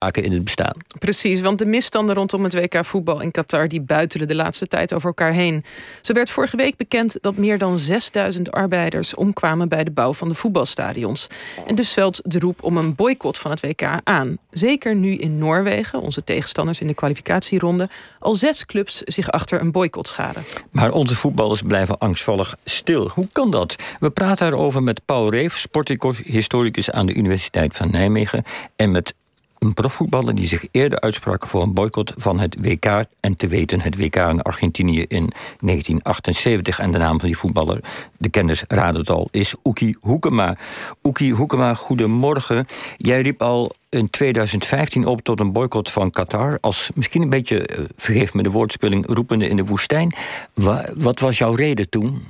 maken in het bestaan. Precies, want de misstanden rondom het WK voetbal in Qatar die buitelen de laatste tijd over elkaar heen. Zo werd vorige week bekend dat meer dan 6000 arbeiders omkwamen bij de bouw van de voetbalstadions. En dus zwelt de roep om een boycott van het WK aan. Zeker nu in Noorwegen, onze tegenstanders in de kwalificatieronde, al 6 clubs zich achter een boycott scharen. Maar onze voetballers blijven angstvallig stil. Hoe kan dat? We praten daarover met Paul Reef, sporthistoricus aan de Universiteit van Nijmegen, en met een profvoetballer die zich eerder uitsprak voor een boycott van het WK. En te weten het WK in Argentinië in 1978. En de naam van die voetballer, de kenners raden het al, is Uki Hoekema. Uki Hoekema, goedemorgen. Jij riep al in 2015 op tot een boycott van Qatar. Als misschien een beetje, vergeef me de woordspeling, roepende in de woestijn. Wat was jouw reden toen?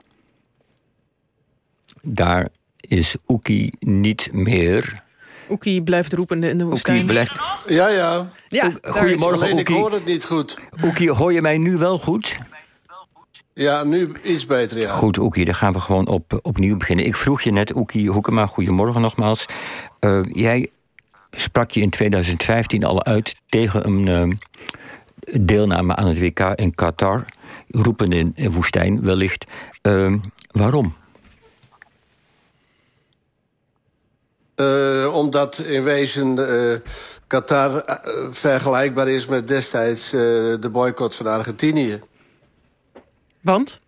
Daar is Uki niet meer. Oekie blijft roepende in de woestijn. Ja. Goedemorgen, Alleen Oekie. ik hoor het niet goed. Oekie, hoor je mij nu wel goed? Ja, nu iets beter, ja. Goed, Oekie, dan gaan we gewoon opnieuw beginnen. Ik vroeg je net, Uki Hoekema, goedemorgen nogmaals. Jij sprak je in 2015 al uit tegen een deelname aan het WK in Qatar. Roepende in de woestijn wellicht. Waarom? Omdat in wezen Qatar vergelijkbaar is met destijds de boycott van Argentinië. Want?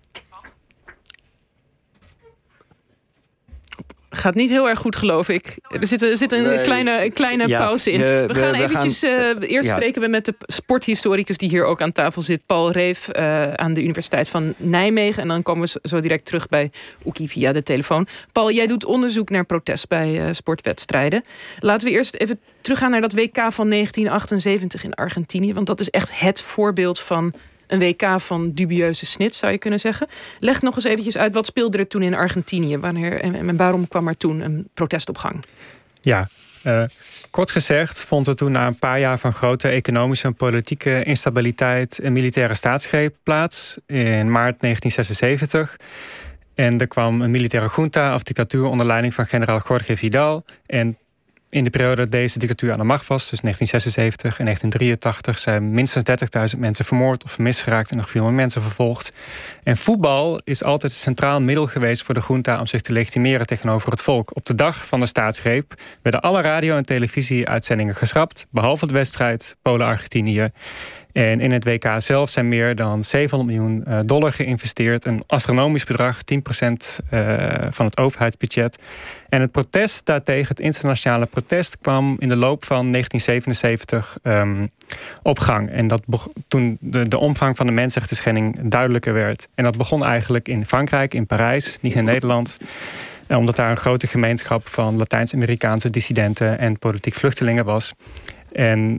Gaat niet heel erg goed, geloof ik. Er zit een kleine pauze in. Eerst spreken we met de sporthistoricus die hier ook aan tafel zit, Paul Reef, aan de Universiteit van Nijmegen. En dan komen we zo direct terug bij Oekie via de telefoon. Paul, jij doet onderzoek naar protest bij sportwedstrijden. Laten we eerst even teruggaan naar dat WK van 1978 in Argentinië. Want dat is echt het voorbeeld van een WK van dubieuze snit, zou je kunnen zeggen. Leg nog eens eventjes uit, wat speelde er toen in Argentinië? Wanneer en waarom kwam er toen een protest op gang? Ja, kort gezegd vond er toen na een paar jaar van grote economische en politieke instabiliteit een militaire staatsgreep plaats in maart 1976. En er kwam een militaire junta of dictatuur onder leiding van generaal Jorge Vidal. En in de periode dat deze dictatuur aan de macht was, dus 1976 en 1983, zijn minstens 30.000 mensen vermoord of vermist geraakt en nog veel meer mensen vervolgd. En voetbal is altijd een centraal middel geweest voor de junta om zich te legitimeren tegenover het volk. Op de dag van de staatsgreep werden alle radio- en televisieuitzendingen geschrapt, behalve de wedstrijd Polen-Argentinië. En in het WK zelf zijn meer dan $700 miljoen geïnvesteerd. Een astronomisch bedrag, 10% van het overheidsbudget. En het protest daartegen, het internationale protest, kwam in de loop van 1977 op gang. En dat toen de omvang van de mensenrechtenschending duidelijker werd. En dat begon eigenlijk in Frankrijk, in Parijs, niet in Nederland. Omdat daar een grote gemeenschap van Latijns-Amerikaanse dissidenten en politiek vluchtelingen was. En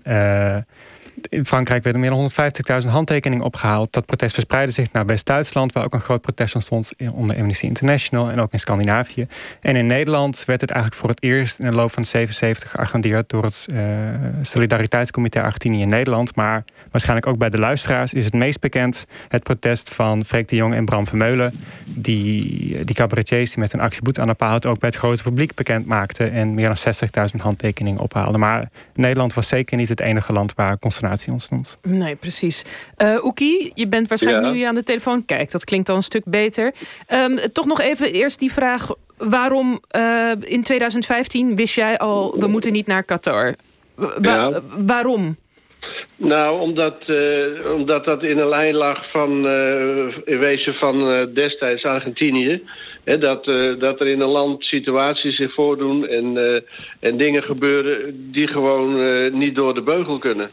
in Frankrijk werden meer dan 150.000 handtekeningen opgehaald. Dat protest verspreidde zich naar West-Duitsland, waar ook een groot protest ontstond onder Amnesty International en ook in Scandinavië. En in Nederland werd het eigenlijk voor het eerst in de loop van de 77 geagendeerd door het Solidariteitscomité Argentinië in Nederland. Maar waarschijnlijk ook bij de luisteraars is het meest bekend het protest van Freek de Jong en Bram Vermeulen, die cabaretiers die met een actieboet aan de paal ook bij het grote publiek bekend maakten en meer dan 60.000 handtekeningen ophaalden. Maar Nederland was zeker niet het enige land waar consternatie ontstond. Nee, precies. Oekie, je bent waarschijnlijk nu aan de telefoon. Kijk, dat klinkt al een stuk beter. Toch nog even eerst die vraag, waarom in 2015 wist jij al, we moeten niet naar Qatar? Waarom? Nou, omdat dat in een lijn lag van in wezen van destijds Argentinië. Hè, dat er in een land situaties zich voordoen en dingen gebeuren die gewoon niet door de beugel kunnen.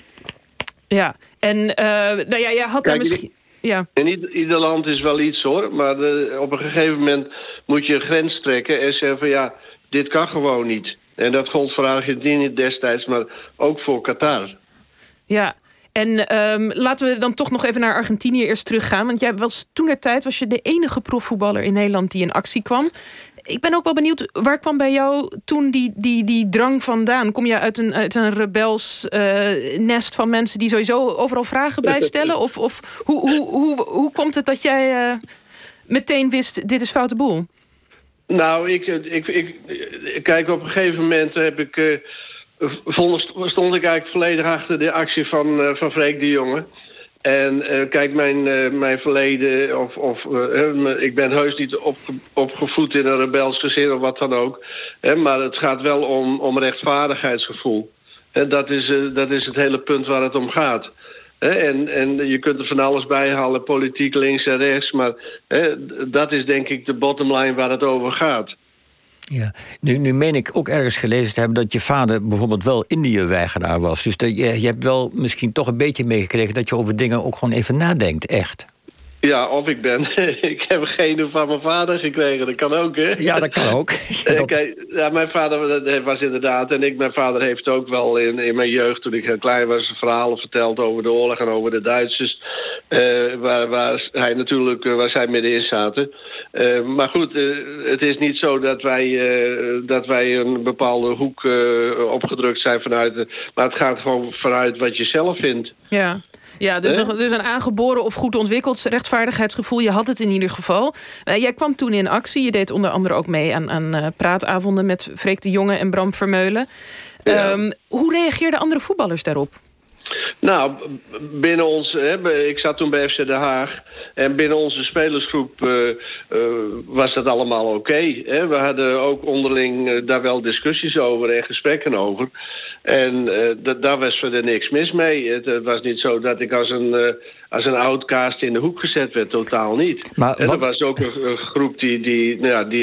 Ja, en jij had daar misschien... Ja. En ieder land is wel iets, hoor. Maar op een gegeven moment moet je een grens trekken en zeggen van dit kan gewoon niet. En dat gold voor Argentinië destijds, maar ook voor Qatar. Ja, en laten we dan toch nog even naar Argentinië eerst teruggaan. Want jij was was je de enige profvoetballer in Nederland die in actie kwam. Ik ben ook wel benieuwd, waar kwam bij jou toen die drang vandaan? Kom je uit een rebels nest van mensen die sowieso overal vragen bij stellen? Of hoe komt het dat jij meteen wist, dit is foute boel? Nou, ik kijk, op een gegeven moment heb ik stond ik eigenlijk volledig achter de actie van Freek de Jonge. En kijk, mijn verleden, ik ben heus niet opgevoed in een rebels gezin of wat dan ook. Maar het gaat wel om rechtvaardigheidsgevoel. Dat is het hele punt waar het om gaat. En je kunt er van alles bij halen, politiek links en rechts. Maar dat is denk ik de bottomline waar het over gaat. Ja. Nu meen ik ook ergens gelezen te hebben dat je vader bijvoorbeeld wel Indië-weigeraar was. Dus je hebt wel misschien toch een beetje meegekregen dat je over dingen ook gewoon even nadenkt, echt. Ja, of ik heb geen van mijn vader gekregen. Dat kan ook, hè? Ja, dat kan ook. Kijk, mijn vader was inderdaad... en mijn vader heeft ook wel in mijn jeugd, toen ik heel klein was, verhalen verteld over de oorlog en over de Duitsers. Waar zij middenin zaten. Maar goed, het is niet zo dat wij een bepaalde hoek opgedrukt zijn vanuit... maar het gaat gewoon vanuit wat je zelf vindt. Ja, dus een aangeboren of goed ontwikkeld rechtvaardigheidsgevoel. Je had het in ieder geval. Jij kwam toen in actie. Je deed onder andere ook mee aan praatavonden met Freek de Jonge en Bram Vermeulen. Ja. Hoe reageerden andere voetballers daarop? Nou, binnen ons... ik zat toen bij FC Den Haag. En binnen onze spelersgroep was dat allemaal oké. We hadden ook onderling daar wel discussies over en gesprekken over. En daar was verder niks mis mee. Het was niet zo dat ik als een outcast in de hoek gezet werd. Totaal niet. Maar er was ook een groep die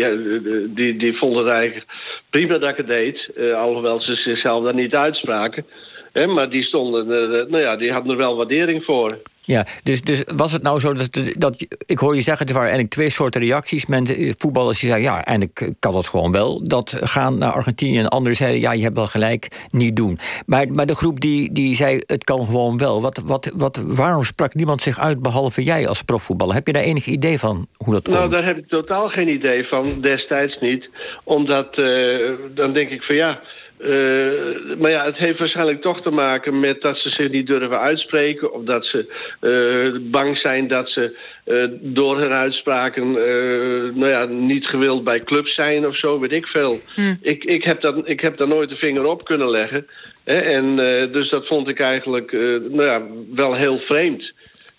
vond het eigenlijk prima dat ik het deed. Alhoewel ze zichzelf daar niet uitspraken. Maar die die hadden er wel waardering voor. Ja, dus was het nou zo dat ik hoor je zeggen, er waren eigenlijk twee soorten reacties. Voetballers die zeiden, ja, eigenlijk kan dat gewoon wel. Dat gaan naar Argentinië en anderen zeiden, ja, je hebt wel gelijk, niet doen. Maar de groep die zei, het kan gewoon wel. Waarom sprak niemand zich uit, behalve jij als profvoetballer? Heb je daar enig idee van hoe dat komt? Nou, daar heb ik totaal geen idee van, destijds niet. Omdat, dan denk ik van ja... maar ja, het heeft waarschijnlijk toch te maken met dat ze zich niet durven uitspreken... of dat ze bang zijn dat ze door hun uitspraken niet gewild bij clubs zijn of zo, weet ik veel. Ik heb daar nooit de vinger op kunnen leggen. En dus dat vond ik eigenlijk wel heel vreemd.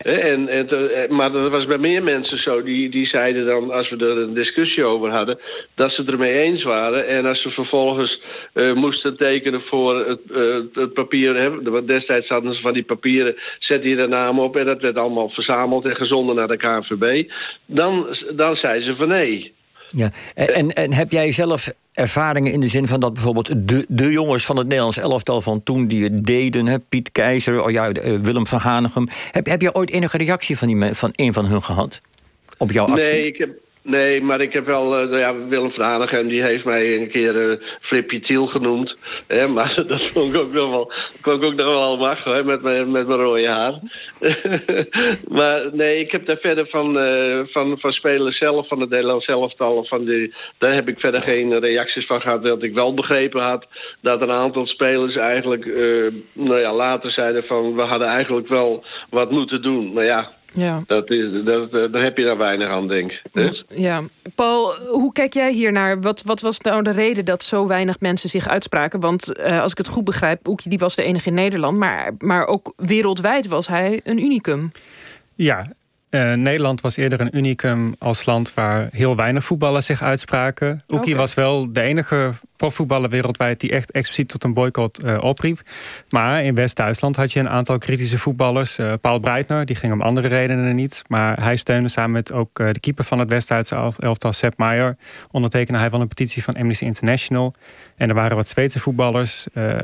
Maar dat was bij meer mensen zo. Die zeiden dan, als we er een discussie over hadden... dat ze het ermee eens waren. En als ze vervolgens moesten tekenen voor het papier... want destijds hadden ze van die papieren... zet je de naam op en dat werd allemaal verzameld... en gezonden naar de KNVB. Dan zeiden ze van nee. Ja. En heb jij zelf ervaringen in de zin van dat bijvoorbeeld de jongens van het Nederlands elftal van toen die het deden, Piet Keizer, Willem van Hanegem, heb je ooit enige reactie van een van hun gehad op jouw actie? Nee, maar ik heb wel... Willem van Hanegem, die heeft mij een keer Flipje Tiel genoemd. Maar dat vond ik ook nog wel mag, met mijn rode haar. Maar nee, ik heb daar verder van spelers zelf, van het Nederlands elftal... daar heb ik verder geen reacties van gehad. Dat ik wel begrepen had dat een aantal spelers eigenlijk... later zeiden van, we hadden eigenlijk wel wat moeten doen. Maar ja... Ja. Daar heb je daar weinig aan, denk ik. Ja. Paul, hoe kijk jij hier naar? Wat was nou de reden dat zo weinig mensen zich uitspraken? Want als ik het goed begrijp, Oekje die was de enige in Nederland... maar ook wereldwijd was hij een unicum. Ja, Nederland was eerder een unicum als land waar heel weinig voetballers zich uitspraken. Oekie was wel de enige profvoetballer wereldwijd die echt expliciet tot een boycott opriep. Maar in West-Duitsland had je een aantal kritische voetballers. Paul Breitner, die ging om andere redenen niet. Maar hij steunde samen met ook de keeper van het West-Duitse elftal, Sepp Maier. Ondertekende hij wel een petitie van Amnesty International. En er waren wat Zweedse voetballers...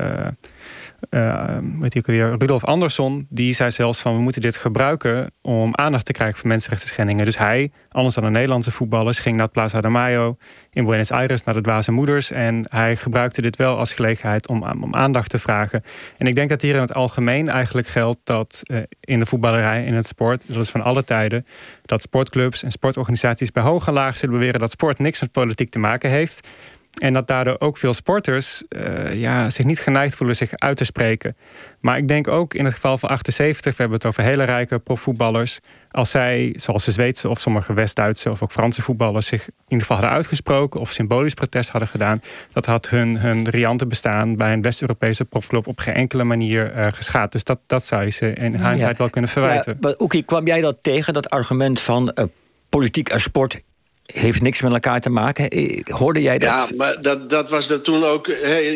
Rudolf Andersson, die zei zelfs van... we moeten dit gebruiken om aandacht te krijgen voor mensenrechten schendingen. Dus hij, anders dan de Nederlandse voetballers... ging naar Plaza de Mayo in Buenos Aires naar de Dwaze Moeders... en hij gebruikte dit wel als gelegenheid om aandacht te vragen. En ik denk dat hier in het algemeen eigenlijk geldt... dat in de voetballerij, in het sport, dat is van alle tijden... dat sportclubs en sportorganisaties bij hoog en laag zullen beweren... dat sport niks met politiek te maken heeft... En dat daardoor ook veel sporters zich niet geneigd voelen zich uit te spreken. Maar ik denk ook in het geval van 78, we hebben het over hele rijke profvoetballers. Als zij, zoals de Zweedse of sommige West-Duitse of ook Franse voetballers zich in ieder geval hadden uitgesproken of symbolisch protest hadden gedaan, dat had hun riante bestaan bij een West-Europese profclub op geen enkele manier geschaad. Dus dat zou je ze in hindsight wel kunnen verwijten. Ja, Oeki, kwam jij dat tegen, dat argument van politiek en sport heeft niks met elkaar te maken? Hoorde jij dat? Ja, maar dat was er toen ook.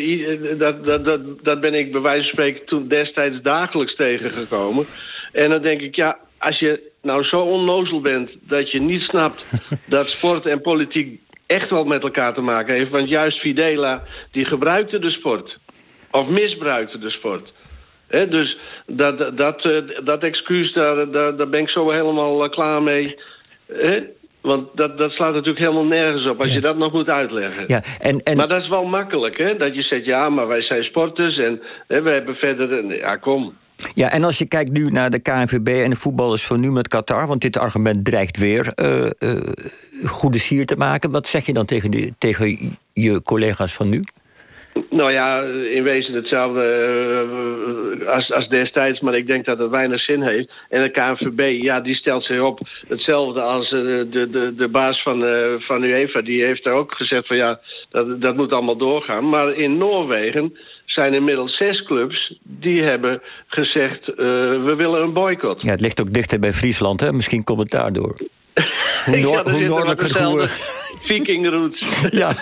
Dat ben ik bij wijze van spreken toen destijds dagelijks tegengekomen. En dan denk ik, ja, als je nou zo onnozel bent dat je niet snapt dat sport en politiek echt wel met elkaar te maken heeft. Want juist Videla, die gebruikte de sport. Of misbruikte de sport. Dus dat excuus, daar ben ik zo helemaal klaar mee. Want dat slaat natuurlijk helemaal nergens op als je dat nog moet uitleggen. Ja, maar dat is wel makkelijk, hè? Dat je zegt, ja, maar wij zijn sporters en we hebben verder... Ja, kom. Ja, en als je kijkt nu naar de KNVB en de voetballers van nu met Qatar, want dit argument dreigt weer goede sier te maken. Wat zeg je dan tegen je collega's van nu? Nou ja, in wezen hetzelfde als destijds, maar ik denk dat het weinig zin heeft. En de KNVB, ja, die stelt zich op hetzelfde als de baas van UEFA. Die heeft daar ook gezegd van ja, dat moet allemaal doorgaan. Maar in Noorwegen zijn inmiddels 6 clubs die hebben gezegd, we willen een boycott. Ja, het ligt ook dichter bij Friesland, hè? Misschien komt het daardoor. Hoe noordelijker hoe... Vikingroots. Ja.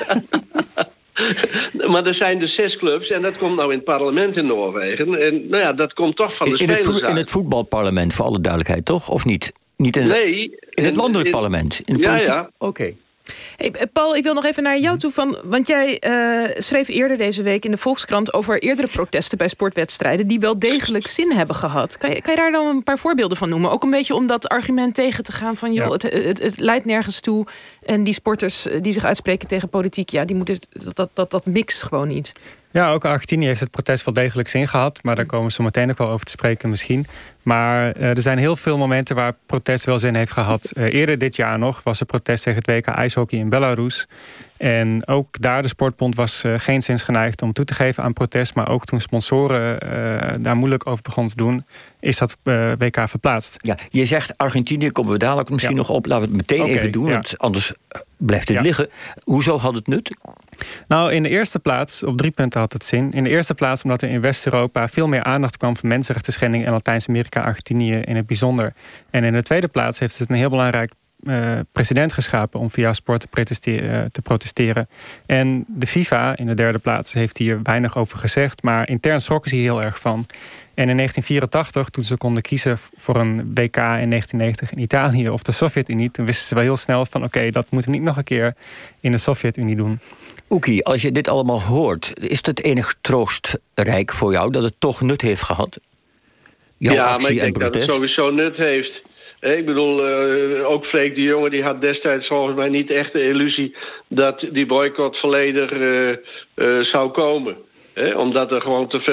Maar er zijn dus 6 clubs en dat komt nou in het parlement in Noorwegen. En nou ja, dat komt toch van de spelers uit. In het voetbalparlement, voor alle duidelijkheid, toch? Of niet? Niet in het landelijk parlement? In de politiek? Ja. Oké. Hey, Paul, ik wil nog even naar jou toe. Want jij schreef eerder deze week in de Volkskrant over eerdere protesten bij sportwedstrijden die wel degelijk zin hebben gehad. Kan je daar dan een paar voorbeelden van noemen? Ook een beetje om dat argument tegen te gaan van joh, het leidt nergens toe. En die sporters die zich uitspreken tegen politiek, ja, die moeten dat mixt gewoon niet. Ja, ook Argentinië heeft het protest wel degelijk zin gehad. Maar daar komen we zo meteen ook wel over te spreken misschien. Maar er zijn heel veel momenten waar protest wel zin heeft gehad. Eerder dit jaar nog was er protest tegen het WK ijshockey in Belarus. En ook daar, de Sportbond was geenszins geneigd om toe te geven aan protest. Maar ook toen sponsoren daar moeilijk over begonnen te doen, is dat WK verplaatst. Ja, je zegt Argentinië, komen we dadelijk misschien nog op. Laten we het meteen even doen, want anders blijft het liggen. Hoezo had het nut? Nou, in de eerste plaats, op 3 punten had het zin. In de eerste plaats omdat er in West-Europa veel meer aandacht kwam voor mensenrechtenschending in Latijns-Amerika, Argentinië in het bijzonder. En in de tweede plaats heeft het een heel belangrijk precedent geschapen om via sport te protesteren. En de FIFA in de derde plaats heeft hier weinig over gezegd, maar intern schrokken ze hier heel erg van. En in 1984, toen ze konden kiezen voor een WK in 1990 in Italië of de Sovjet-Unie, toen wisten ze wel heel snel van oké, dat moeten we niet nog een keer in de Sovjet-Unie doen. Oeki, als je dit allemaal hoort, is het enig troostrijk voor jou dat het toch nut heeft gehad? Ja, maar ik denk dat het sowieso nut heeft. Ik bedoel, ook Freek de Jonge die had destijds volgens mij niet echt de illusie dat die boycott volledig zou komen. Omdat er gewoon te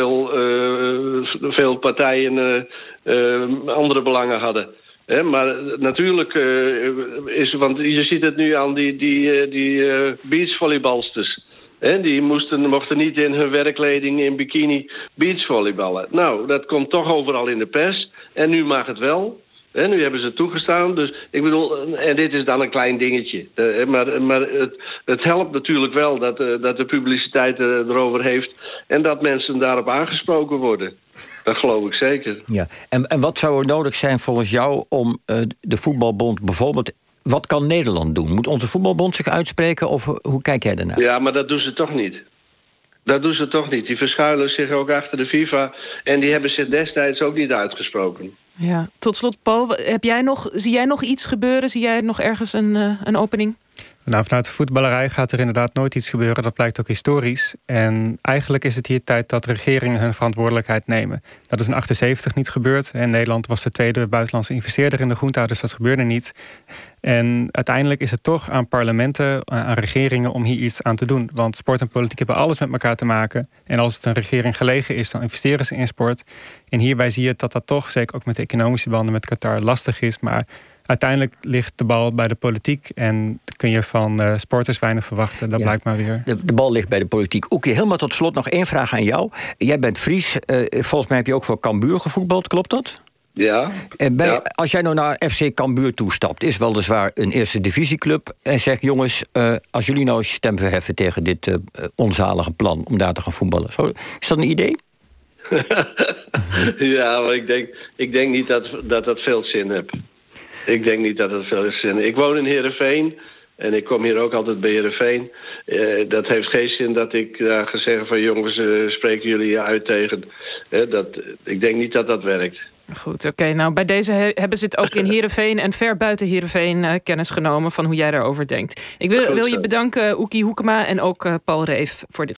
veel partijen andere belangen hadden. Maar natuurlijk want je ziet het nu aan die beachvolleybalsters. Die mochten niet in hun werkkleding in bikini beachvolleyballen. Nou, dat komt toch overal in de pers. En nu mag het wel. En nu hebben ze het toegestaan. Dus ik bedoel, en dit is dan een klein dingetje. Maar het helpt natuurlijk wel dat de publiciteit erover heeft. En dat mensen daarop aangesproken worden. Dat geloof ik zeker. Ja. En wat zou er nodig zijn volgens jou om de voetbalbond bijvoorbeeld... Wat kan Nederland doen? Moet onze voetbalbond zich uitspreken of hoe kijk jij daarnaar? Ja, maar dat doen ze toch niet. Dat doen ze toch niet. Die verschuilen zich ook achter de FIFA. En die hebben zich destijds ook niet uitgesproken. Ja, tot slot, Paul, zie jij nog iets gebeuren? Zie jij nog ergens een opening? Nou, vanuit de voetballerij gaat er inderdaad nooit iets gebeuren. Dat blijkt ook historisch. En eigenlijk is het hier tijd dat regeringen hun verantwoordelijkheid nemen. Dat is in 1978 niet gebeurd. En Nederland was de tweede buitenlandse investeerder in de groente, dus dat gebeurde niet. En uiteindelijk is het toch aan parlementen, aan regeringen om hier iets aan te doen. Want sport en politiek hebben alles met elkaar te maken. En als het een regering gelegen is, dan investeren ze in sport. En hierbij zie je dat toch, zeker ook met de economische banden met Qatar, lastig is. Maar uiteindelijk ligt de bal bij de politiek en kun je van sporters weinig verwachten. Dat blijkt maar weer. De bal ligt bij de politiek. Oké, helemaal tot slot nog 1 vraag aan jou. Jij bent Fries. Volgens mij heb je ook voor Cambuur gevoetbald, klopt dat? Ja. Als jij nou naar FC Cambuur toestapt, is weliswaar een eerste divisieclub, en zegt: jongens, als jullie nou eens stem verheffen tegen dit onzalige plan om daar te gaan voetballen, is dat een idee? Ja, maar ik denk niet dat veel zin heeft. Ik denk niet dat het veel zin heeft. Ik woon in Heerenveen en ik kom hier ook altijd bij Heerenveen. Dat heeft geen zin dat ik ga zeggen van: jongens, spreken jullie je uit tegen. Ik denk niet dat dat werkt. Goed, oké. Nou, bij deze hebben ze het ook in Heerenveen en ver buiten Heerenveen kennis genomen van hoe jij daarover denkt. Ik wil je bedanken, Oekie Hoekema, en ook Paul Reef voor dit